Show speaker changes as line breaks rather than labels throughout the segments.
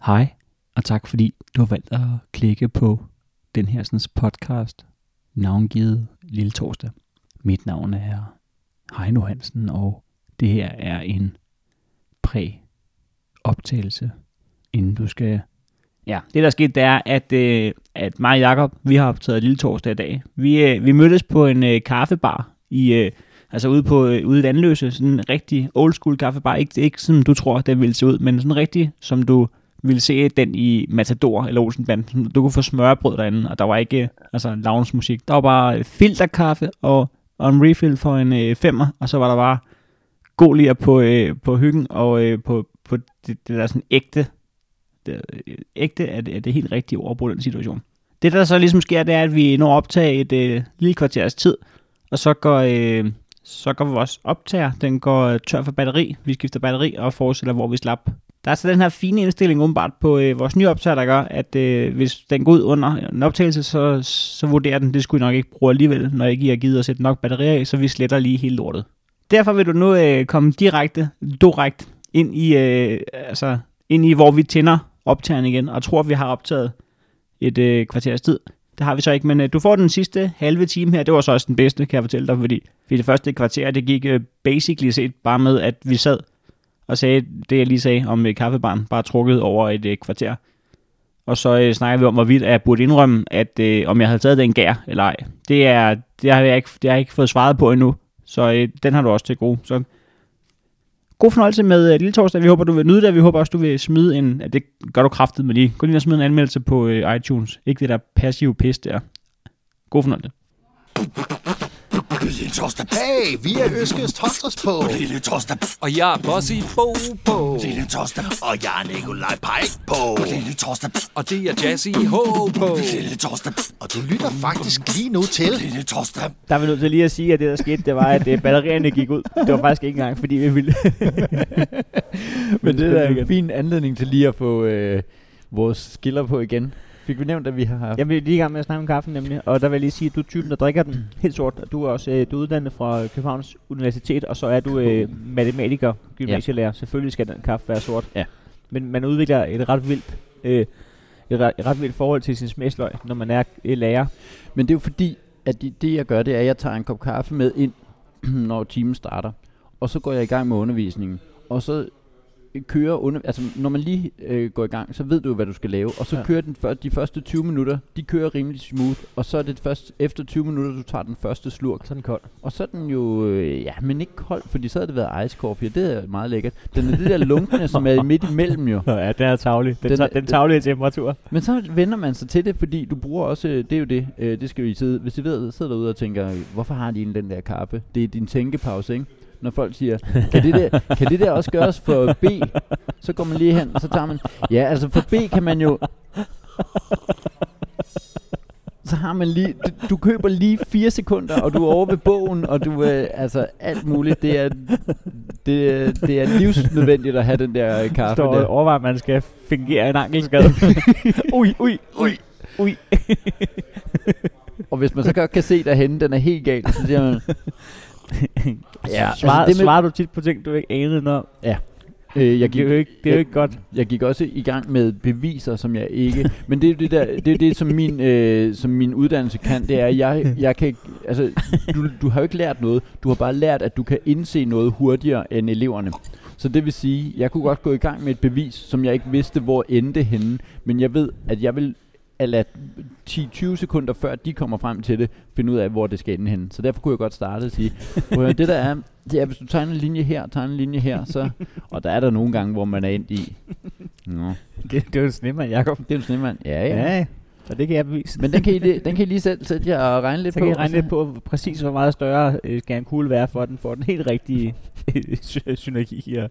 Hej, og tak fordi du har valgt at klikke på den her podcast, navngivet Lille Torsdag. Mit navn er Heino Hansen, og det her er en præ-optagelse, inden du skal... Ja, det der skete, det er, at mig og Jacob, vi har optaget Lille Torsdag i dag. Vi mødtes på en kaffebar i... ude i Landløse, sådan en rigtig old school kaffebar. Ikke som du tror, den ville se ud, men sådan rigtig, som du ville se den i Matador eller Olsenbanden. Du kunne få smørbrød derinde, og der var ikke lounge-musik. Der var bare filterkaffe og en refill for en femmer, og så var der bare golier på hyggen, og på det der sådan ægte. Ægte er det helt rigtige ord på den situation. Det der så ligesom sker, det er, at vi når at optage et lille kvarters tid, og så går vores optager, den går tør for batteri. Vi skifter batteri og fortsætter, hvor vi slap. Der er så den her fine indstilling umiddelbart på vores nye optager, der gør, at hvis den går ud under en optagelse, så vurderer den, det skulle I nok ikke bruge alligevel, når ikke I har givet at sætte nok batteri af, så vi sletter lige hele lortet. Derfor vil du nu komme direkte ind i, hvor vi tænder optageren igen, og tror, vi har optaget et kvarters tid. Det har vi så ikke, men du får den sidste halve time her. Det var så også den bedste, kan jeg fortælle dig, fordi det første kvarter, det gik basically set bare med, at vi sad og sagde det, jeg lige sagde om kaffebaren, bare trukket over et kvarter. Og så snakker vi om, hvorvidt jeg burde indrømme, at om jeg havde taget den gær eller ej. Det har jeg ikke fået svaret på endnu, så den har du også til gode. Så god fornøjelse med Lille Torsdag. Vi håber, du vil nyde det, og vi håber også, du vil smide en... Det gør du kraftigt med lige. Gå lige og smide en anmeldelse på iTunes. Ikke det der passive pis der. God fornøjelse.
Lille Torsdag. Hey, vi er Øskes Tosters på. Lille Torsdag.
Og jeg er Bossy Bo på.
Lille Torsdag. Og jeg er Nikolaj Pike på. Lille Torsdag.
Og det er Jazzy Ho på.
Lille Torsdag. Og du lytter faktisk lige nu til Lille Torsdag.
Der er vi nødt til lige at sige, at det der skete, det var, at batterierne gik ud. Det var faktisk ikke engang, fordi vi ville.
Men det er en fin anledning til lige at få vores skiller på igen. Fik vi nævnt, at vi har haft...
Jeg vil lige i gang med at snakke om kaffen nemlig, og der vil jeg lige sige, at du er typen, der drikker den helt sort. Du er også du er uddannet fra Københavns Universitet, og så er du matematiker, gymnasielærer. Ja. Selvfølgelig skal den kaffe være sort.
Ja.
Men man udvikler et ret vildt forhold til sin smagsløg, når man er lærer.
Men det er jo fordi, at det jeg gør, det er, at jeg tager en kop kaffe med ind, når timen starter. Og så går jeg i gang med undervisningen. Og så når man lige går i gang, så ved du hvad du skal lave, og så kører de første 20 minutter, de kører rimelig smooth, og så er det først efter 20 minutter, du tager den første slurk.
Så er den kold.
Og så er den jo, men ikke kold, fordi så havde det været ice coffee, og det er meget lækkert. Den er det der lunkne, som er midt imellem jo.
Ja, den er tavlig. Den tavlige temperatur.
Men så vender man sig til det, fordi du bruger også, det er jo det, det skal vi sidde, hvis I sidder derude og tænker, hvorfor har de den der kaffe? Det er din tænkepause, ikke? Når folk siger, kan det der også gøres for B? Så går man lige hen, og så tager man... Ja, altså for B kan man jo... Så har man lige... Du køber lige 4 sekunder, og du er over ved bogen, og du altså alt muligt. Det er livsnødvendigt at have den der kaffe.
Står og overvejer, at man skal fingere en ankelskade. Ui.
Og hvis man så godt kan se derhenne, den er helt galt, så siger man...
Ja, svarer du tit på ting, du ikke anede noget?
Ja.
Det er jo ikke godt. Jeg
gik også i gang med beviser, som jeg ikke... Men det er jo det som min uddannelse kan. Det er, jeg kan... Altså, du har jo ikke lært noget. Du har bare lært, at du kan indse noget hurtigere end eleverne. Så det vil sige, jeg kunne godt gå i gang med et bevis, som jeg ikke vidste, hvor endte henne. Men jeg ved, at jeg vil... Eller 10-20 sekunder før de kommer frem til det, finde ud af, hvor det skal ende henne. Så derfor kunne jeg godt starte og sige, det der er, det er, hvis du tegner en linje her, så... Og der er der nogle gange, hvor man er endt i... Nå.
Det er jo en snemand, Jacob.
Det er en snemand, ja.
Så det kan jeg bevise.
Men den kan I lige sætte jer og regne lidt på.
Så kan I regne lidt på, præcis hvor meget større skal en kugle være, for den får den helt rigtige synergi her.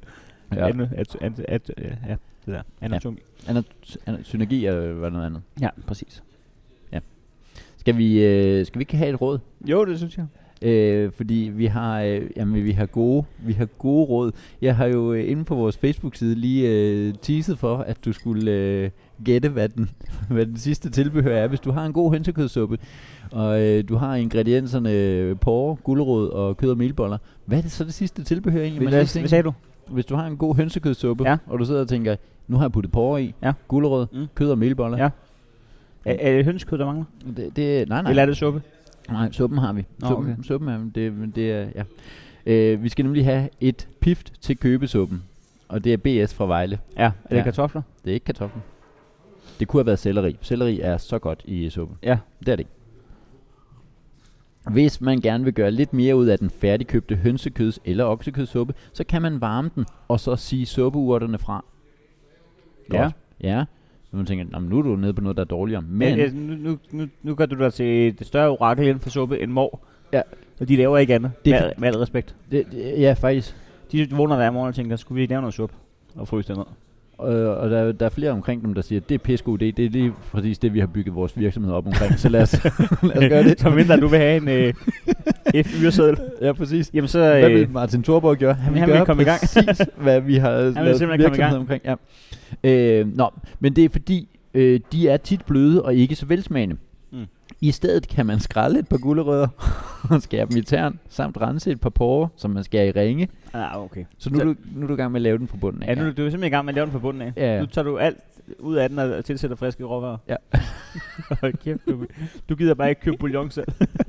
Anatomi.
Synergi var noget andet.
Ja, præcis.
Ja. Skal vi ikke have et råd?
Jo, det synes jeg.
Fordi vi har gode råd. Jeg har jo inde på vores Facebook-side lige teaset for, at du skulle gætte, hvad den sidste tilbehør er. Hvis du har en god hønsekødssuppe, og du har ingredienserne porre, gulerod og kød og melboller, hvad er det så det sidste tilbehør egentlig?
Hvad sagde du?
Hvis du har en god hønsekødssuppe,
Ja.
og du sidder og tænker, nu har jeg puttet porre i,
Ja.
gulerod,
Mm.
kød og melboller.
Ja. Er det hønsekød, der mangler?
Nej.
Eller er det suppe?
Nej, suppen har vi.
Nå,
Suppen,
okay.
suppen er, det er, ja. Vi skal nemlig have et pift til købesuppen, og det er BS fra Vejle.
Ja. Er det
Ja.
kartofler?
Det er ikke kartoflen. Det kunne have været selleri. Selleri er så godt i suppe.
Ja.
Det er det ikke. Hvis man gerne vil gøre lidt mere ud af den færdigkøbte hønsekøds- eller oksekødssuppe, så kan man varme den, og så sige suppeurterne fra.
Ja.
Godt. Ja. Så man tænker, nu er du nede på noget, der er dårligere. Men
Nu gør du dig til det større orakel inden for suppe end mor.
Ja.
Og de laver ikke andet.
Det er
Med al respekt.
ja, faktisk.
De vågner der i morgen og tænker, skulle vi ikke lave noget suppe? Og fryse det ned.
Og der er flere omkring dem, der siger, det er pissegod idé. Det er lige præcis det, vi har bygget vores virksomhed op omkring. Så lad os gøre det.
Så mindre du vil have en F-yreseddel.
Ja, præcis.
Jamen så...
Hvad vil Martin Thorborg gøre? Han
han
vil
vil
gøre
komme i gang.
præcis, hvad vi har lavet
simpelthen komme i
virksomhed
gang.
omkring. Ja. Men det er fordi, de er tit bløde og ikke så velsmagende.
Mm.
I stedet kan man skrælle et par gulerødder og skære dem i tern, samt rense et par porrer, som man skærer i ringe.
Ah, okay.
Så nu er du i gang med at lave den fra bunden af.
Ja, nu er du simpelthen i gang med at lave den fra bunden af.
Ja.
Nu tager du alt ud af den og tilsætter friske råvarer.
Ja.
Hold kæft, du gider bare ikke købe bouillon selv.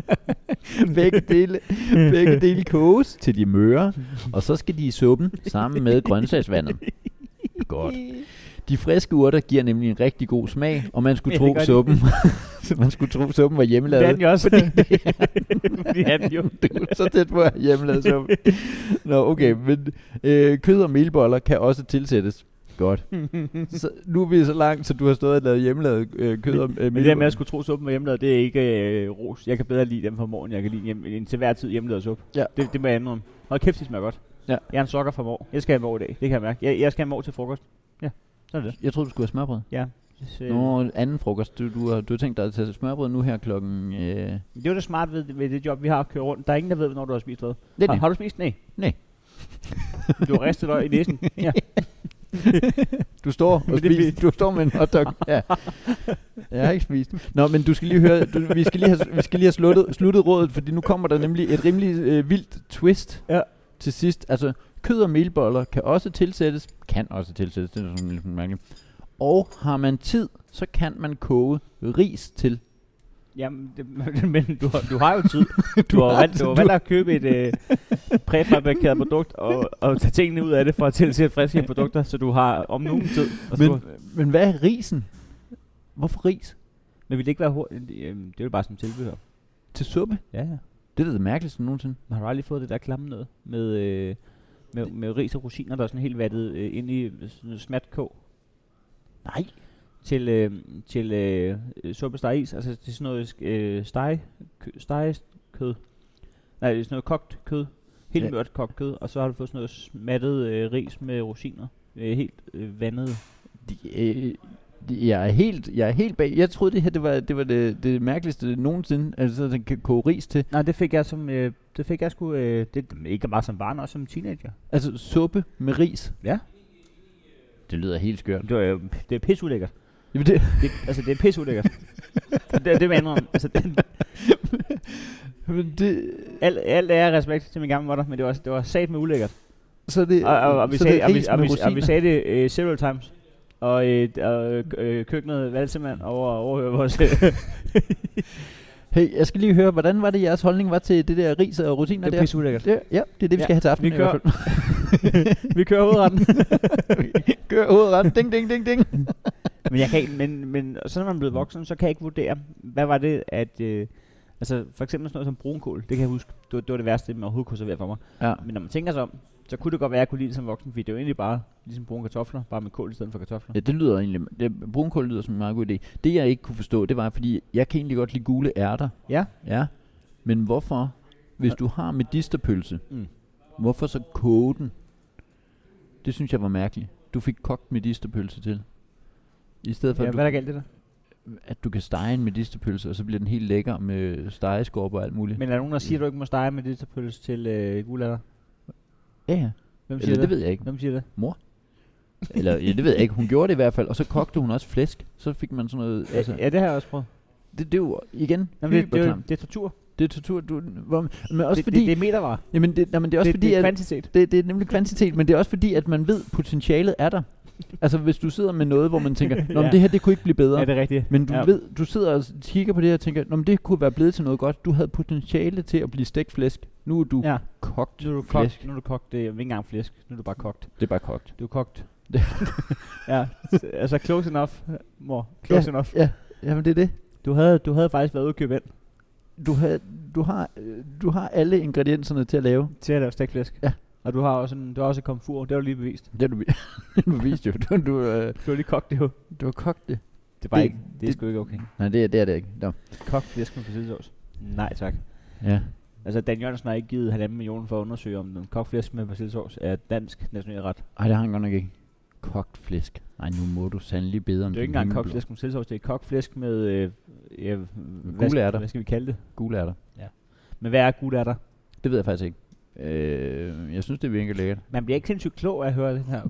begge dele koges til de møre, og så skal de i suppen sammen med grøntsagsvandet. Godt. De friske urter giver nemlig en rigtig god smag, og man skulle
Ja,
tro
det gør de.
suppen, man skulle tro suppen var hjemmelavet.
Det er den jo også. Det er den jo.
Du er så tæt på at have hjemmelavet suppe. Nå, okay, men kød og melboller kan også tilsættes. Godt. Så nu er vi så langt, så du har stået og lavet hjemmelavet kød og
Men det der
melboller.
med at skulle tro suppen var hjemmelavet, det er ikke ros. Jeg kan bedre lide dem fra morgen, jeg kan lide en til hver tid hjemmelavet suppe.
Ja.
Det må jeg ændre om. Hold kæft, de smager godt.
Ja.
Jeg er en sokker fra mor. Jeg skal have mor i dag, det kan jeg mærke. Jeg skal have mor til frokost. Ja, så er det.
Jeg troede, du skulle have smørbrød.
Ja.
Nå, anden frokost. Du har tænkt dig at tage smørbrød nu her klokken...
Det er jo det smart ved det job, vi har at køre rundt. Der er ingen, der ved, når du har spist hvad.
Det er det.
Har du spist? Nej.
Nej.
Du har ristet løg i næsen. Ja.
Du står og
Men det er
spiser. Du står med en hotdog. Ja. Jeg har ikke spist. Nå, men du skal lige høre. Vi skal lige have sluttet rådet, fordi nu kommer der nemlig et rimelig vildt twist til sidst. Altså, kød og melboller kan også tilsættes. Det er sådan lidt mærkeligt. Og har man tid, så kan man koge ris til.
Jamen, men du har jo tid. Du har valgt at købe et præfabrikeret produkt og tage tingene ud af det for at tilsætte friske produkter, så du har om nogen tid.
Men hvad er risen? Hvorfor ris?
Men vil det ikke være hurtigt? Det er jo bare som tilbehør.
Til suppe?
Ja, ja.
Det er det mærkeligste nogensinde.
Men har du aldrig fået det der klamme noget med ris og rosiner, der er sådan helt vattet ind i sådan smat kog?
Nej.
Til suppestegeis, altså til sådan noget stegekød. Nej, det er sådan noget kogt kød. Helt mørt kogt kød, og så har du fået sådan noget smattet ris med rosiner. Helt vandet.
Jeg er helt bag. Jeg troede det her det var det mærkeligste nogensinde, altså den kan koge ris til.
Nej, det fik jeg sgu det ikke bare som barn, også som teenager.
Altså suppe med ris.
Ja.
Det lyder helt skørt.
Det er pisulækkert.
Jamen
det er pisulækkert. det vil jeg indrømme. Altså
men det
alt er respekt til min gamle mutter, men det var sat med ulækkert.
Så det
og vi
så
sagde
det er ris med rosiner.
og vi sagde det several times. Og køkkenet valgte simpelthen overhøre vores...
Hey, jeg skal lige høre, hvordan var det jeres holdning var til det der ris og rosiner der?
Det er pisulækkert.
Ja, det er det, vi skal have til aften.
Vi kører, vi kører hovedretten.
Kører hovedretten. Ding, ding, ding, ding.
Men jeg kan ikke, men så når man er blevet voksen, så kan jeg ikke vurdere, hvad var det, at... altså, for eksempel sådan noget som brunkål, det kan jeg huske, det var det værste, man overhovedet kunne servere for mig. Ja. Men når man tænker sig om, så kunne det godt være, at jeg kunne lide det som voksen, fordi det er jo egentlig bare ligesom brune kartofler, bare med kål i stedet for kartofler.
Ja, det lyder egentlig... Brunkål lyder som en meget god idé. Det jeg ikke kunne forstå, det var, fordi jeg kan egentlig godt lide gule ærter.
Ja.
Ja. Men hvorfor, hvis du har medisterpølse, hvorfor så koge den? Det synes jeg var mærkeligt. Du fik kogt medisterpølse til. I stedet for,
hvad er der galt det der?
At du kan stege en medisterpølse, og så bliver den helt lækker med stegeskorper og alt muligt.
Men er der nogen, der siger, at du ikke må stege medisterpølse til gulerter?
Ja.
Hvem siger
det ved jeg ikke.
Hvem siger det?
Mor. Eller, ja, det ved jeg ikke. Hun gjorde det i hvert fald. Og så kogte hun også flæsk. Så fik man sådan noget...
Ja, det har jeg også prøvet.
Det er jo igen...
Jamen, det er tortur.
Det er tortur, men også fordi...
Det er metervarer.
Jamen, det er også fordi...
Det er kvantitet.
Det er nemlig kvantitet, men det er også fordi, at man ved, potentialet er der. Altså, hvis du sidder med noget, hvor man tænker, nå, men det her, det kunne ikke blive bedre.
Ja, det er rigtigt.
Men du ved, du sidder og kigger på det her og tænker, nå, men det kunne være blevet til noget godt. Du havde potentiale til at blive stegt flæsk. Nu er du kogt
Nu er du
flæsk.
Nu er du kogt. Det er ikke engang flæsk. Nu er du bare kogt.
Det er bare kogt.
Du er kogt. Ja, altså close enough, mor. Close enough.
Ja, jamen det er det.
Du havde faktisk været ude og købe ind.
Du har alle ingredienserne til at lave.
Til at lave stegt flæsk.
Ja.
Og du har også et komfur. Det har du lige bevist.
Det har du bevist jo. Du
har lige kogt det jo.
Du har kogt det.
Det er bare ikke. Det er sgu ikke okay.
Nej, det er det ikke. No.
Kogt flæsk med persillesauce. Nej tak.
Ja.
Altså Dan Jørgensen har ikke givet 1,5 million for at undersøge, om den kogt flæsk med persillesauce er dansk national ret.
Ej, det har han godt nok ikke. Kogt flæsk. Nej, nu må du sandelig bedre om
det er jo ikke engang kogt flæsk med persillesauce. Det er kogt flæsk med
gule ærter.
Hvad skal vi kalde det?
Gule ærter.
Ja. Men hvad er gule ærter?
Det ved jeg faktisk ikke. Jeg synes, det virker lækkert.
Man bliver ikke sindssygt klog af at høre det her.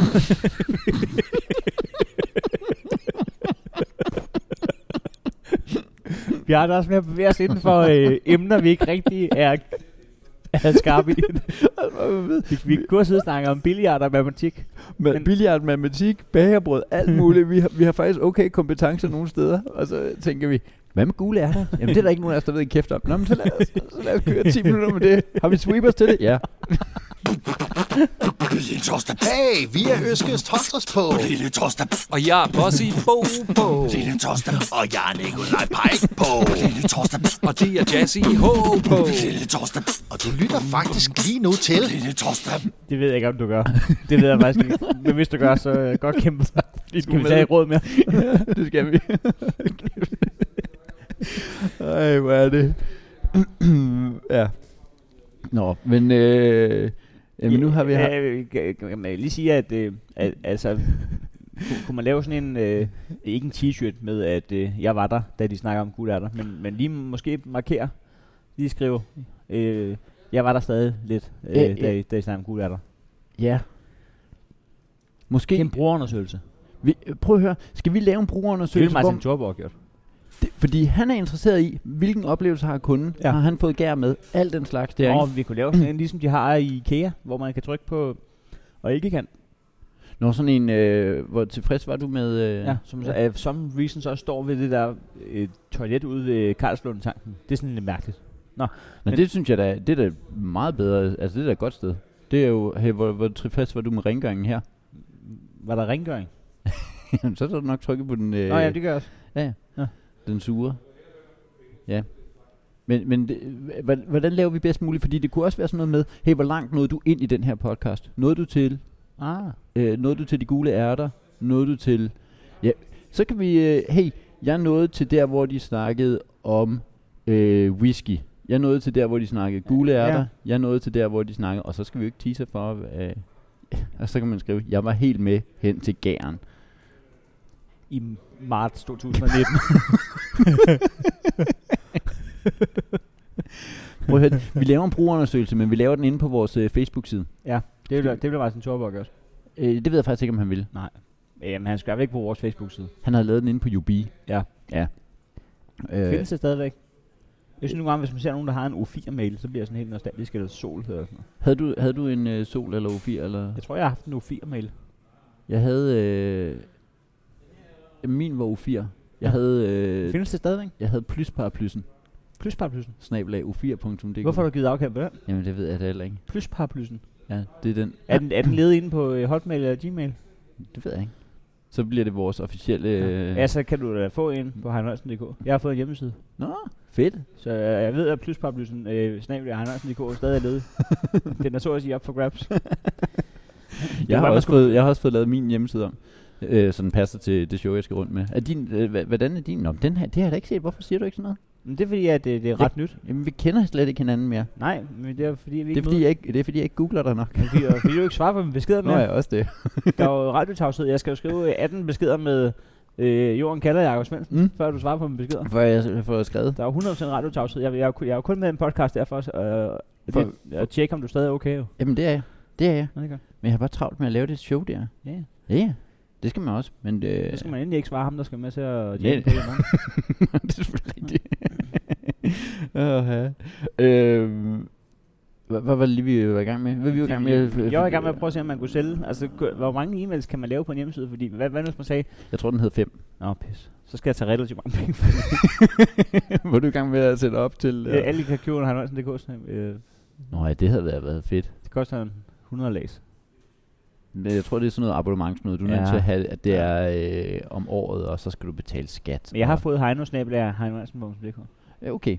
Vi har da også med at bevæge os inden for emner, vi ikke rigtig er skarpe i. Vi kunne sidde og snakke om billiard og matematik.
Men billiard, matematik, bagerbrød, alt muligt. Vi har faktisk okay kompetencer nogle steder. Og så tænker vi, hvad med gule ærter? Jamen det er der ikke nogen af os, der ved en kæft om. Nå, men så lad os køre 10 minutter med det. Har vi sweepers til det? Ja.
Lille torsdag. Hey, vi er Øskes Tosters på. Lille torsdag.
Og jeg er Bossy Bo på.
Lille torsdag. Og jeg er Nikolaj Pike på. Lille torsdag.
Og det er Jazzy H på.
Lille torsdag. Og du lytter faktisk lige nu til Lille torsdag.
Det ved jeg ikke, om du gør. Det ved jeg faktisk ikke. Men hvis du gør, så godt kæmpe sig. Skal vi tage et råd mere?
Det skal vi. Ej, hvor er det. Ja. Nå, men nu har vi
kan man lige sige, at altså kunne man lave sådan en ikke en t-shirt med at jeg var der, da de snakker om gule ærter, men lige måske markere, lige skrive jeg var der stadig lidt, da de snakker om gule ærter.
Ja. Måske
en brugerundersøgelse.
Prøv at høre, skal vi lave en brugerundersøgelse?
Det er Martin Thorborg gjort.
Fordi han er interesseret i, hvilken oplevelse har kunden, har han fået gær med, alt den slags der.
Og vi kunne lave sådan en, ligesom de har i IKEA, hvor man kan trykke på, og ikke kan.
Når sådan en, hvor tilfreds var du med...
som af some reason så står ved det der toilet ude ved Karlslund-tanken. Det er sådan lidt mærkeligt. Nå,
men det synes jeg da, det er da meget bedre, altså det er da et godt sted. Det er jo, hey, hvor tilfreds var du med rengøringen her?
Var der rengøring?
Jamen, så er du nok trykket på den...
Nå ja, det gør jeg også.
Ja. Den sure. Ja. Men hvordan laver vi bedst muligt? Fordi det kunne også være sådan noget med, hey, hvor langt nåede du ind i den her podcast? Nåede du til... nåede du til de gule ærter? Nåede du til... Ja, så kan vi... hey, jeg nåede til der, hvor de snakkede om whisky. Jeg nåede til der, hvor de snakkede gule ærter. Ja. Jeg nåede til der, hvor de snakkede... Og så skal vi jo ikke tease for... og så kan man skrive, jeg var helt med hen til gæren.
I marts 2019.
Prøv at høre, vi laver en brugerundersøgelse, men vi laver den inde på vores Facebook-side.
Ja, det bliver Martin Thorborg gjort.
Det ved jeg faktisk ikke, om han vil.
Nej. Jamen, han skal ikke på vores Facebook-side.
Han havde lavet den inde på UB.
Ja. Findes det stadigvæk? Jeg synes nogle gange, hvis man ser nogen, der har en O4-mail, så bliver jeg sådan helt nostalgisk eller sol. Eller sådan.
Havde du en sol eller O4? Eller?
Jeg tror, jeg har haft en O4-mail.
Jeg havde... min var O4. Jeg havde...
Findes det stadigvæk?
Jeg havde plusparaplyssen.
Plusparaplyssen?
/o4.dk.
Hvorfor har du givet afkald på den?
Jamen, det ved jeg da heller ikke.
Plusparaplyssen?
Ja, det er den.
Er den ledet inde på Hotmail eller Gmail?
Det ved jeg ikke. Så bliver det vores officielle...
Ja, så kan du da få en på heinholsen.dk. Jeg har fået en hjemmeside.
Nå, fedt.
Så jeg ved, at plusparaplyssen /heinholsen.dk stadig er ledet. Den er så at sige op for grabs.
Jeg har også fået lavet min hjemmeside om. Så den passer til det show, jeg skal rundt med. Hvordan er din? Nå, det har jeg da ikke set. Hvorfor siger du ikke sådan noget?
Men det er fordi, at det er ret nyt.
Jamen, vi kender slet ikke hinanden mere.
Nej, men det er fordi, vi
ikke det er fordi, jeg ikke googler dig nok.
Fordi du ikke svarer på mine beskeder mere.
Nå ja, også det.
Der er jo radiotavshed. Jeg skal jo skrive 18 beskeder med Jorden kalder Jakob Svendsen, før du svarer på mine beskeder.
Før jeg får skrevet.
Der er 100% radiotavshed. Jeg er jo kun med en podcast derfor at tjekke, om du stadig er okay. Jo.
Jamen, det er jeg. Det er jeg.
Ja, det
men jeg har bare travlt med at lave det show der.
Ja.
Ja. Det skal man også, men
det skal man endelig ikke svare ham, der skal med til at hjælpe på i morgen.
Det er selvfølgelig rigtigt. Hvad var det lige, vi var i gang med?
Jeg var i gang med at prøve at se, om man kunne sælge. Altså, hvor mange e-mails kan man lave på en hjemmeside? Fordi, hvad nu, hvis man sagde?
Jeg tror, den hed 5.
Nå, pis. Så skal jeg tage relativt mange penge for det.
Var du i gang med at sætte op til?
Alle kalkulerne har det koster.
Nå ja, det havde været fedt.
Det koster 100 lags.
Men jeg tror, det er sådan noget abonnementsnød. Du er nødt til at have, at det er om året, og så skal du betale skat.
Men jeg har fået heino@heinohansen.dk.
Okay.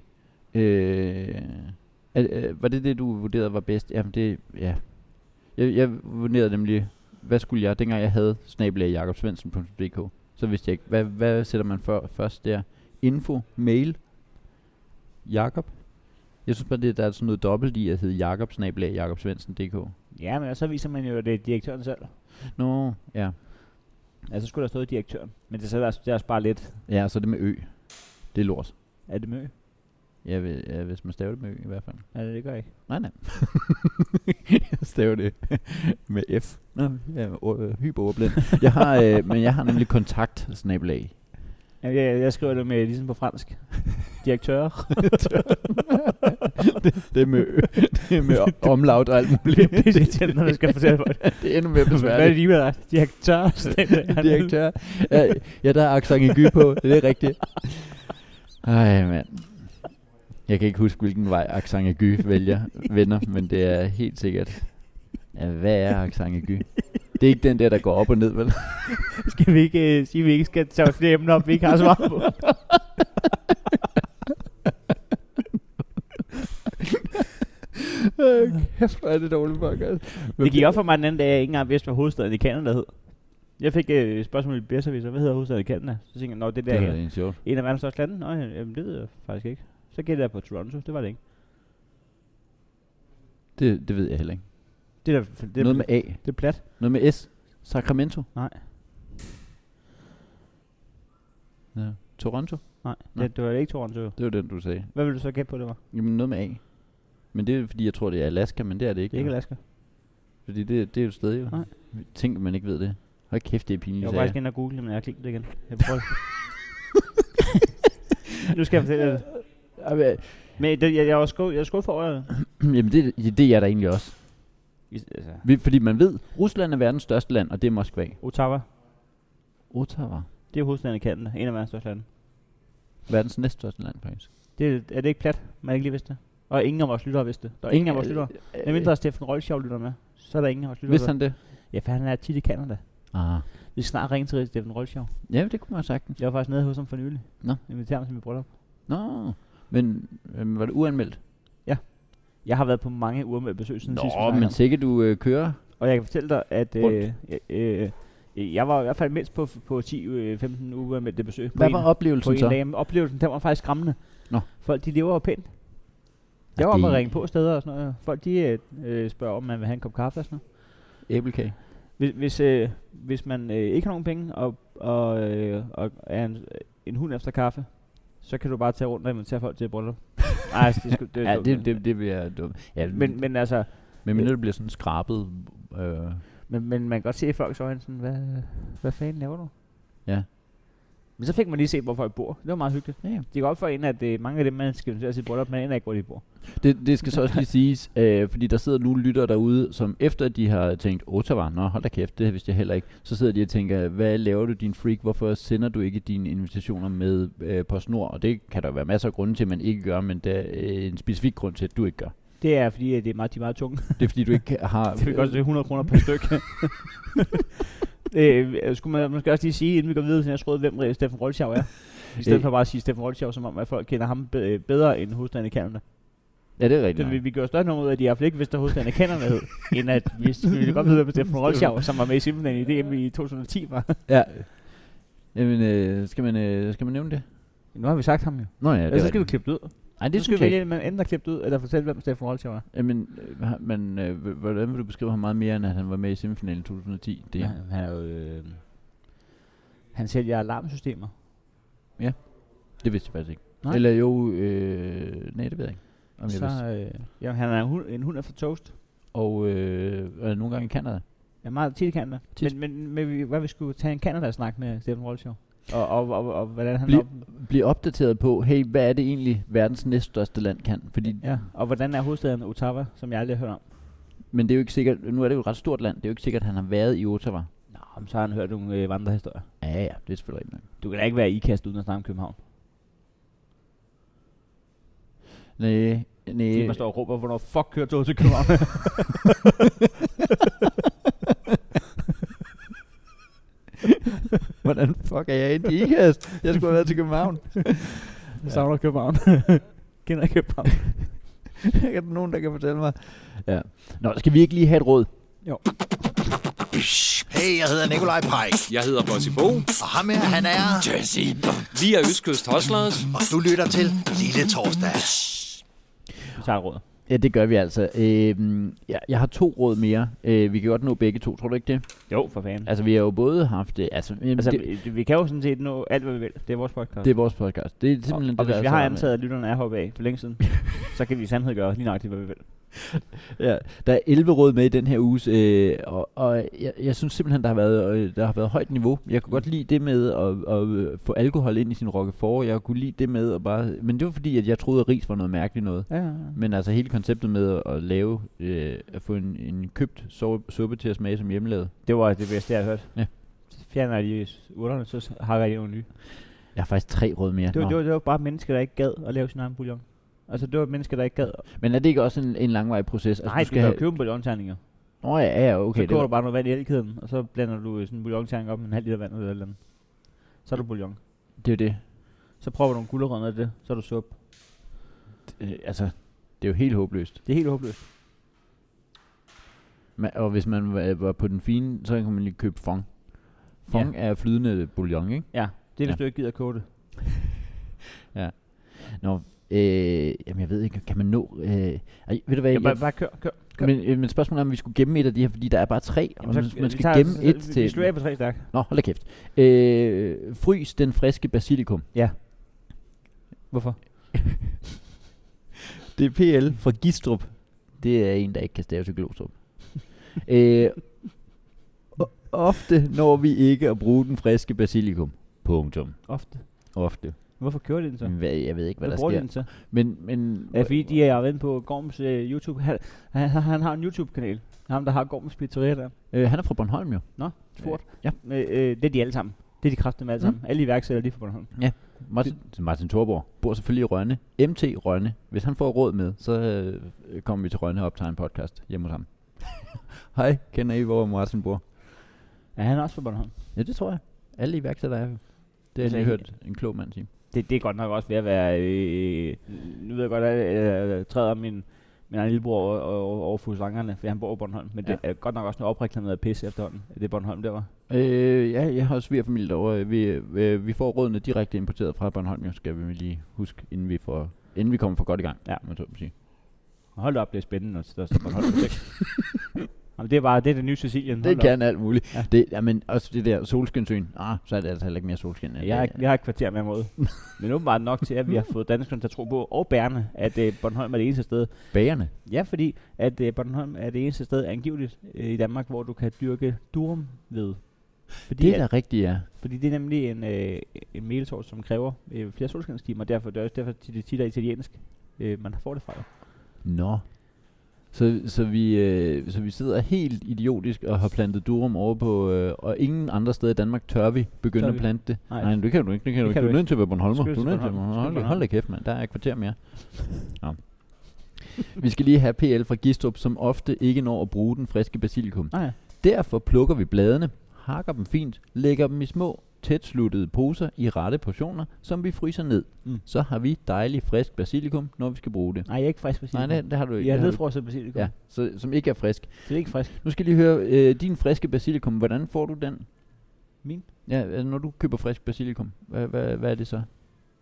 Var det du vurderede var bedst? Jamen det, ja. Jeg vurderede nemlig, hvad skulle jeg, dengang jeg havde @jakobsvendsen.dk, så vidste jeg ikke, hvad sætter man først der? Info, mail, Jakob. Jeg synes bare, der er sådan noget dobbelt i at hedde Jakob@jakobsvendsen.dk.
Ja, men så viser man jo, at det er direktøren selv.
Nå, ja.
Ja, så skulle der stå direktøren. Men det er også bare lidt.
Ja, så er det med ø. Det er lort.
Er det med ø?
Ja, hvis man staver det med ø i hvert fald.
Ja, det gør jeg ikke.
Nej. Jeg staver det med F. Nå, jeg er hyperordblind. Jeg har nemlig kontakt _
Jeg skriver det med ligesom på fransk. Direktør.
det er med omlaut og alt muligt.
Det er til, når man skal fortælle folk.
Det er endnu mere besværligt.
Hvad er det lige med dig? Direktør.
Direktør. Ja, der er accent aigu på. Det er rigtigt. Ej, mand. Jeg kan ikke huske, hvilken vej accent aigu vender, men det er helt sikkert. Ja, hvad er accent aigu? Det er ikke den der går op og ned, vel?
Skal vi ikke sige, at vi ikke skal tage flere emner op, vi ikke har svar på?
Kæft, hvor er det dårligt for,
det gik op for mig den anden dag, at jeg ikke engang vidste, hvad hovedstaden i Canada hed. Jeg fik et spørgsmål i Bjergsaviser, hvad hedder hovedstaden i Canada? Så tænkte jeg, nå, det der er en af verdens største lande. Nå, jamen, det ved jeg faktisk ikke. Så gætter jeg på Toronto, det var det ikke.
Det ved jeg heller ikke.
Det
noget med A.
Det er plat.
Noget med S. Sacramento.
Nej.
Ja. Toronto.
Nej, det var ikke Toronto.
Det var den, du sagde.
Hvad vil du så gætte på, det var?
Jamen noget med A. Men det er fordi, jeg tror, det er Alaska, men det er det ikke.
Det er ikke Alaska.
Fordi det er jo et sted, jo.
Nej.
Tænk, man ikke ved det. Hold kæft, det er pinligt.
Jeg var faktisk inde og google, men jeg har klikket det igen. Jeg prøver. Nu skal jeg fortælle det. Men jeg er skuffet for øjet.
Jamen det er jeg da egentlig også. Fordi man ved, Rusland er verdens største land, og det er Moskva.
Ottawa.
Det
er hovedstaden i Canada, en af verdens største lande.
Verdens næststørste land, faktisk.
Er det ikke plat? Man ikke lige vidste det. Og ingen af vores lyttere vidste det. Der er ingen af vores lyttere. Når mindre Steffen Rolschav lytter med, så er der ingen af vores lyttere.
Vidste han det?
Ja, for han er tit i Canada.
Aha.
Vi skal snart ringe til Steffen Rolschav.
Ja, det kunne man sagtens.
Jeg var faktisk nede hos ham for nylig.
Nå.
Inviterer ham til mit bryllup.
Nå, men var det uanmeldt?
Ja. Jeg har været på mange uanmeldte besøg siden sidst.
Nå, men sikkert du kører.
Og jeg kan fortælle dig, at jeg var i hvert fald mindst på 10-15 uanmeldte besøg.
Hvad var oplevelsen så?
Oplevelsen, den var faktisk skræmmende.
Nå.
Folk, de lever jo pænt. Jeg var med at ringe på steder og sådan noget. Folk, de spørger, om man vil have en kop kaffe og sådan noget.
Æblekage.
Hvis man ikke har nogen penge og er en hund efter kaffe, så kan du bare tage rundt og invitere folk til et bryllup. Nej,
det bliver dumt. Ja,
men altså...
Men mindre det bliver sådan skrabet.
Men man kan godt se i folks øjne sådan, hvad fanden laver du?
Ja.
Men så fik man lige se, hvor folk bor. Det var meget hyggeligt.
Ja.
Det går op for en, at mange af dem, man skal invitere til et bryllup, man aner ikke, hvor de bor.
Det skal så også lige siges, fordi der sidder nogle lyttere derude, som efter de har tænkt, Ottawa, nå hold da kæft, det vidste jeg heller ikke. Så sidder de og tænker, hvad laver du din freak? Hvorfor sender du ikke dine invitationer med PostNord? Og det kan der være masser af grunde til, at man ikke gør, men der er en specifik grund til, at du ikke gør.
Det er fordi, at de er meget tunge.
Det er fordi, du ikke har...
det vil godt 100 kroner per stykke. Skulle man måske også lige sige, inden vi går videre til jeres råd, hvem Steffen Rolschav er. I stedet for bare at sige Steffen Rolschav, som om at folk kender ham bedre end hovedstaden i Canada.
Ja, det er rigtigt.
Vi gør større nummer ud af, at de i hvert fald ikke vidste, at hovedstaden i Canada hed, end at vi ville godt vide, at Steffen Rolschav, som var med i simpelthen i DM i 2010, var.
Ja. Jamen, skal man nævne det?
Nu har vi sagt ham jo.
Nå ja, det
så skal vi klippe det ud.
Nej, det
skal vi vælge, man enten klippe ud, eller fortælle, hvem Steffen Rolschav er.
Jamen, hvordan vil du beskrive ham meget mere, end at han var med i semifinalen i 2010? Det.
Ja, han er jo... han sælger alarmsystemer.
Ja, det vidste jeg faktisk ikke.
Nej.
Eller jo... nej, det ved jeg ikke.
Ja, han er en hund efter toast.
Og nogle gange i Canada.
Ja, meget tit i Canada. Men hvad vi skulle tage en Canada-snak med Steffen Rolschav? Og hvordan han
Bliv opdateret på, hey, hvad er det egentlig verdens næststørste land kan? Fordi,
Ja, og hvordan er hovedstaden Ottawa, som jeg aldrig har hørt om?
Men det er jo ikke sikkert, nu er det jo et ret stort land, det er jo ikke sikkert, at han har været i Ottawa.
Nå, men så har han hørt nogle vandrehistorier.
Ja, det er selvfølgelig ikke.
Du kan da ikke være ikast uden at snakke om København.
Nej.
Fordi man står og råber, hvornår fuck kører toget til København?
Hvordan fuck er jeg ikke i IKAST? Jeg skulle have været til København.
Jeg savner København. Kender ikke København.
Er der nogen, der kan fortælle mig? Ja. Nå, skal vi ikke lige have et råd?
Jo.
Hey, jeg hedder Nikolaj Pike.
Jeg hedder Bossy Bo.
Og ham her, han er...
Jesse. Vi er Østkyst Hustlers.
Og du lytter til Lille Torsdag.
Vi tager et råd.
Ja, det gør vi altså. Jeg har 2 råd mere. Vi kan godt nå begge 2, tror du ikke det?
Jo, for fanden.
Altså, vi har jo både haft det...
Vi kan jo sådan set nå alt, hvad vi vil. Det er vores podcast.
Det er vores podcast. Det er simpelthen
og
det,
hvis vi har antaget, at lytterne er hoppe af for længe siden, så kan vi i sandhed gøre lige nøjagtigt, hvad vi vil.
Ja, der er 11 råd med i den her uges, og jeg synes simpelthen, der har været højt niveau. Jeg kunne godt lide det med at få alkohol ind i sin Roquefort. Jeg kunne lide det med at bare... Men det var fordi, at jeg troede, at ris var noget mærkeligt noget.
Ja.
Men altså hele konceptet med at lave, at få en købt suppe til at smage som hjemmelavet.
Det var det bedste, jeg har hørt.
Ja.
Fjerner de urterne, så hakker de nogle nye.
Jeg har faktisk 3 råd mere.
Det var bare mennesker, der ikke gad at lave sin egen bouillon. Altså, det var mennesker, der ikke gad.
Men er det ikke også en langvarig proces? Altså,
Nej, du skal købe en bouillonterninger.
Ja, okay.
Så køber du bare noget vand i elkedlen, og så blander du sådan en bouillonterning op med en halv liter vand eller andet. Så er du bouillon.
Det er jo det.
Så prøver du nogle gulerødder af det, så er du suppe.
Altså, det er jo helt håbløst.
Det er helt håbløst.
Og hvis man var på den fine, så kan man lige købe fond. Fond er flydende bouillon, ikke?
Ja, det er hvis du ikke gider at koge det.
Ja. Nå, jamen jeg ved ikke, kan man nå... ved du hvad?
Bare kør.
Men spørgsmålet er, om vi skulle gemme et af de her, fordi der er bare 3, og man skal gemme et til...
Vi slår af på 3 stærk.
Nå, hold da kæft. Frys den friske basilikum.
Ja. Hvorfor?
Det er PL fra Gistrup. Det er en, der ikke kan stave til Glostrup. Ofte når vi ikke at bruge den friske basilikum. Punktum. Ofte.
Hvorfor kører de den så?
Jeg ved ikke, hvad der sker.
Den så?
Men
ja, fordi de er vendt på Gorms YouTube. Han har en YouTube-kanal. Ham, der har Gorms Pizzeria der.
Han er fra Bornholm jo.
Nå, stort.
Ja.
Det er de alle sammen. Det er de kræfter alle sammen. Alle iværksættere, de er fra Bornholm.
Ja. Martin Thorborg bor selvfølgelig i Rønne. MT Rønne. Hvis han får råd med, så kommer vi til Rønne og optager en podcast hjemme hos ham. Hej, kender I, hvor Martin bor?
Ja, han er også fra Bornholm.
Ja, det tror jeg. Alle iværksættere er jo. Det har jeg lige hørt en klog mand sige.
Det er godt nok også ved at være... nu ved jeg godt, at jeg træder min egen lillebror over fuslangerne, for han bor på Bornholm. Men det er godt nok også noget opreklameret af pisse efterhånden. Det er Bornholm derovre. Ja,
jeg har også svigerfamilie derovre. Vi får rådene direkte importeret fra Bornholm, jo, skal vi lige huske, inden vi kommer for godt i gang.
Ja,
må jeg sige.
Hold op, det er spændende, når der står Bornholm på 6. Jamen, det er det nye Sicilien.
Det kan alt muligt. Ja. Men også det der solskinsøen. Så er det altså heller ikke mere solskin.
Vi har et kvarter med måde. Men åbenbart nok til, at vi har fået danskerne til at tro på, og bærerne, at Bornholm er det eneste sted.
Bærerne?
Ja, fordi at Bornholm er det eneste sted angiveligt i Danmark, hvor du kan dyrke durum ved. Fordi
det er da rigtigt, ja.
Fordi det er nemlig en meltort, som kræver flere solskinstimer, og derfor det er det tit er italiensk, man får det fra.
Nå. Så vi sidder helt idiotisk og har plantet durum over på, og ingen andre steder i Danmark tør vi begynde at plante det. Nej, det kan du ikke. Du er nødt til at være Bornholmer. Du er nødt til at hold da kæft, mand. Der er et kvarter mere. Ja. Vi skal lige have PL fra Gistrup, som ofte ikke når at bruge den friske basilikum. Derfor plukker vi bladene, hakker dem fint, lægger dem i små tætsluttede poser i rette portioner, som vi fryser ned. Så har vi dejlig frisk basilikum, når vi skal bruge det.
Nej, ikke frisk basilikum.
Nej, det har du ikke.
Jeg har nedfrosset basilikum.
Ja, som ikke er frisk.
Det er ikke frisk.
Nu skal jeg lige høre, din friske basilikum, hvordan får du den?
Min?
Ja, når du køber frisk basilikum, hvad er det så?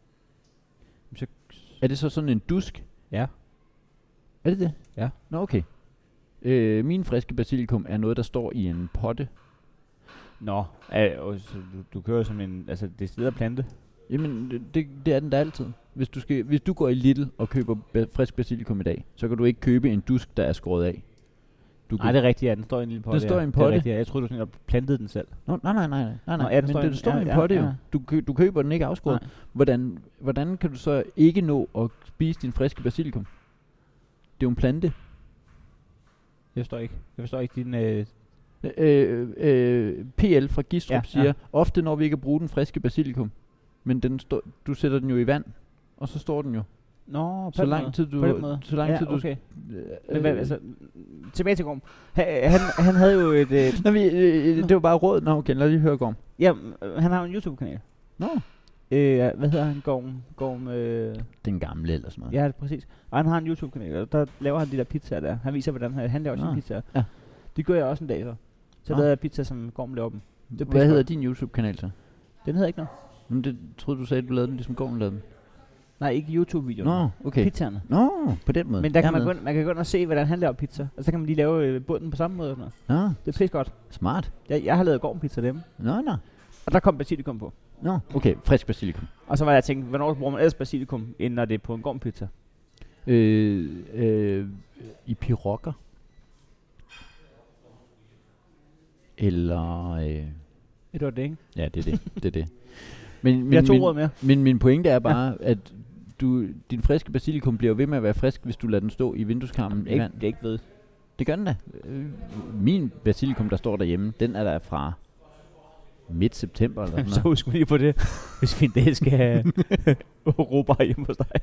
Er det så sådan en dusk?
Ja.
Er det det?
Ja.
Nå, okay. Min friske basilikum er noget, der står i en potte.
Nå, du kører som en, altså det stedet plante.
Jamen, det er den der altid. Hvis du går i Lidl og køber frisk basilikum i dag, så kan du ikke købe en dusk, der er skåret af.
Nej, det er rigtigt, ja. Den står i en lille potte.
Den står i en
Det
potte.
er rigtigt, ja. Jeg troede, du sådan, at plantede den selv.
Nå, nej.
Nå, ja,
Men den står i en potte jo. Du køber den ikke afskåret. Hvordan kan du så ikke nå at spise din friske basilikum? Det er jo en plante.
Jeg forstår ikke din...
PL fra Gistrup siger,
Ja.
ofte når vi ikke bruger den friske basilikum, men du sætter den jo i vand, og så står den jo.
Nå,
Så lang tid du... Så lang tid
okay.
du...
Men hvad, altså, tilbage til Gorm. Han havde jo et...
det var bare råd. Nå, okay, lad lige høre Gorm.
Ja, han har jo en YouTube-kanal.
Nå.
Hvad hedder han? Gorm...
Den gamle eller sådan noget.
Ja, præcis. Og han har en YouTube-kanal, og der laver han de der pizzaer der. Han viser, hvordan han laver sine pizzaer.
Ja.
Det gør jeg også en dag så. Så lavede jeg pizza, som Gorm laver dem.
Hvad hedder din YouTube-kanal så?
Den hedder ikke noget.
Men det troede du sagde, at du lavede den, ligesom Gorm lavede den.
Nej, ikke YouTube-videoen.
Nå, okay.
Pizzaerne.
Nå, på den måde.
Men der kan man kan gå ind og se, hvordan han laver pizza. Og så kan man lige lave bunden på samme måde. Og sådan noget.
Nå,
Det er pisse godt.
smart.
Jeg har lavet Gorm-pizza dem.
Nå.
Og der kom basilikum på.
Nå, okay, frisk basilikum.
Og så var jeg tænkt, hvornår bruger man ellers basilikum, end når det er på en Gorm-pizza?
I pirokker. Eller...
Det var det, ikke?
Ja, det er det. Men,
Vi har 2 råd mere.
Men min pointe er bare, at din friske basilikum bliver ved med at være frisk, hvis du lader den stå i vindueskarmen i vand.
Det er ikke ved.
Det gør den da. Min basilikum, der står derhjemme, den er der fra midt september eller sådan
Så
noget.
husk lige på det, hvis vi en dag skal have råbar hjemme hos dig.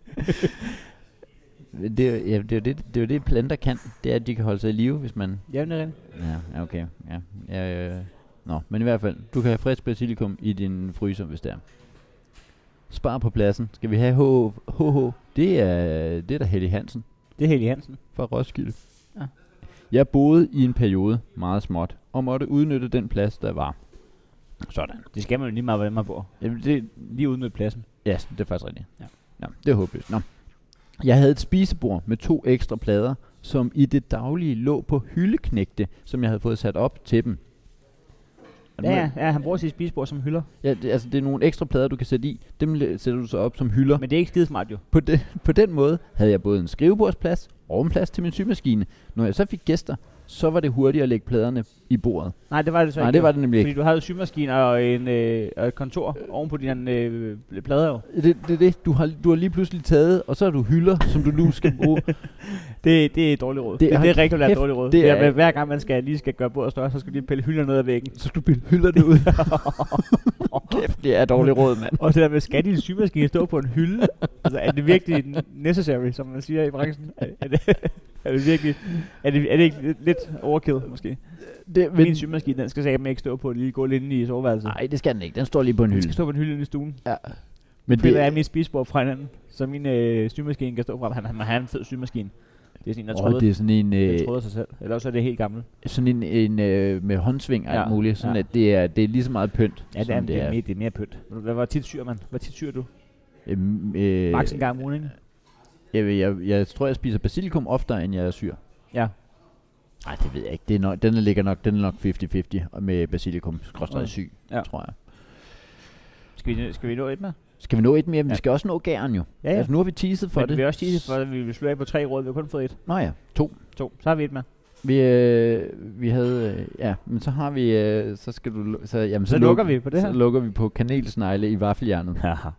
Det er jo det, planter kan. Det er, at de kan holde sig i live, hvis man...
Ja, det er rigtigt.
Ja, okay. Ja. Nå, men i hvert fald, du kan have frisk basilikum i din fryser, hvis det er. Spar på pladsen. Skal vi have HH? Det er da Helly Hansen
Det er Helly Hansen.
fra Roskilde.
Ja.
Jeg boede i en periode meget småt, og måtte udnytte den plads, der var. Sådan.
Det skal man jo lige meget, hvordan man bor.
Jamen, det,
Lige udnytte pladsen.
ja, det er faktisk rigtigt.
Ja.
Ja, det er håbløst. Nå. Jeg havde et spisebord med 2 ekstra plader, som i det daglige lå på hyldeknægte, som jeg havde fået sat op til dem.
Ja, han bruger sit spisebord som hylder.
Ja, det er nogle ekstra plader, du kan sætte i. Dem sætter du så op som hylder.
Men det er ikke skidesmart jo.
På den måde havde jeg både en skrivebordsplads og en plads til min symaskine. Når jeg så fik gæster, så var det hurtigt at lægge pladerne i bordet.
Nej, det var det så
Nej,
ikke.
det var det nemlig
Fordi
ikke.
du havde symaskiner og et kontor oven på dine plader jo.
Det. Du har lige pludselig taget, og så har du hylder, som du nu skal bruge.
Det er et dårligt råd. Det er rigtig et dårligt råd.
det er-
Hver gang man lige skal gøre bordet større, så skal du lige pille hylder ned ad væggen.
Så skal du pille hylderne ud. Kæft, det er et dårligt råd, mand.
Og det der med, skal din symaskine stå på en hylde? Altså, er det virkelig necessary, som man siger i branchen? Er det virkelig... Er det ikke lidt overkill, måske? Min symaskine, den skal sikkert ikke stå på et lille gulv inde i soveværelset.
Nej, det skal den ikke. Den står lige på en
Den
hylde.
skal stå på en hylde inde i stuen.
Ja.
Men det er min spisebord fra hinanden, så min symaskine kan stå frem. Han må have en fed symaskine. Det er sådan en, der tråder,
det er sådan en,
den tråder sig selv. Eller også er det helt gammelt.
sådan en med håndsving og alt
Ja,
muligt. Sådan
ja.
at det er lige så meget pynt.
Ja,
som
det er mere pynt. Hvor tit syr man? Hvor tit syr du? Max en gang om ugen, ikke?
Jeg tror, jeg spiser basilikum oftere, end jeg syr.
Ja.
Nej, det ved jeg ikke. Det er nok, den er nok 50-50 med basilikum. Skråstrej syg,
Ja.
tror jeg.
Skal vi nå et med?
Skal vi nå et mere? Men
Ja.
vi skal også nå gæren jo.
Ja, ja.
Altså, nu har vi teaset for
Men
det.
vi har også teaset for, at vi vil slå af på 3 råd. Vi har kun fået 1.
Nå ja, 2.
2. Så har vi et med.
Vi havde... ja, men så har vi... så skal du...
Så lukker vi på det her.
Så lukker vi på kanelsnegle i vaffeljernet.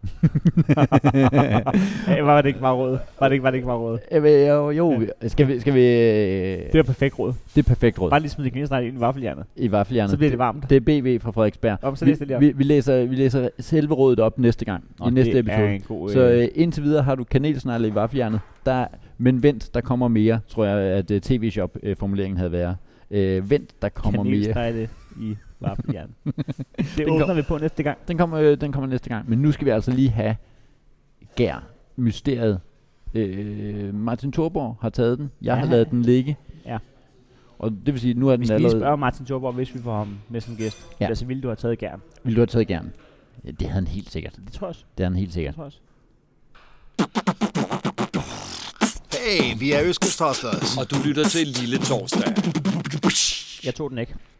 Var det ikke bare råd? Var det ikke bare råd?
Jo. Skal vi...
Det er perfekt råd.
Det er perfekt råd.
Bare lige smide kanelsnegle ind i vaffeljernet.
I vaffeljernet.
Så bliver det varmt.
Det er BV fra Frederiksberg.
Så læs det lige op.
Vi læser selve rådet op næste gang. I næste episode.
God,
Så indtil videre har du kanelsnegle i vaffeljernet. Men vent, der kommer mere, tror jeg, at tv-shop-formuleringen havde været. Vent, der kommer mere.
Kanelsnegle i vaffeljernet. Det åbner vi på næste gang.
Den kommer næste gang. Men nu skal vi altså lige have gær. Mysteriet. Martin Thorborg har taget den. Jeg har ladet den ligge.
Ja.
Og det vil sige, nu er den
Vi skal
allerede...
lige spørge Martin Thorborg, hvis vi får ham med som gæst.
Ja.
Altså, ville du have taget gern?
Vil du have taget gæren? Ja, det havde han helt sikkert.
Det tror jeg også.
Det havde han helt sikkert.
Det tror jeg også.
Hey, vi er Østkyst Hustlers.
Og du lytter til Lille Torsdag.
Jeg tog den ikke.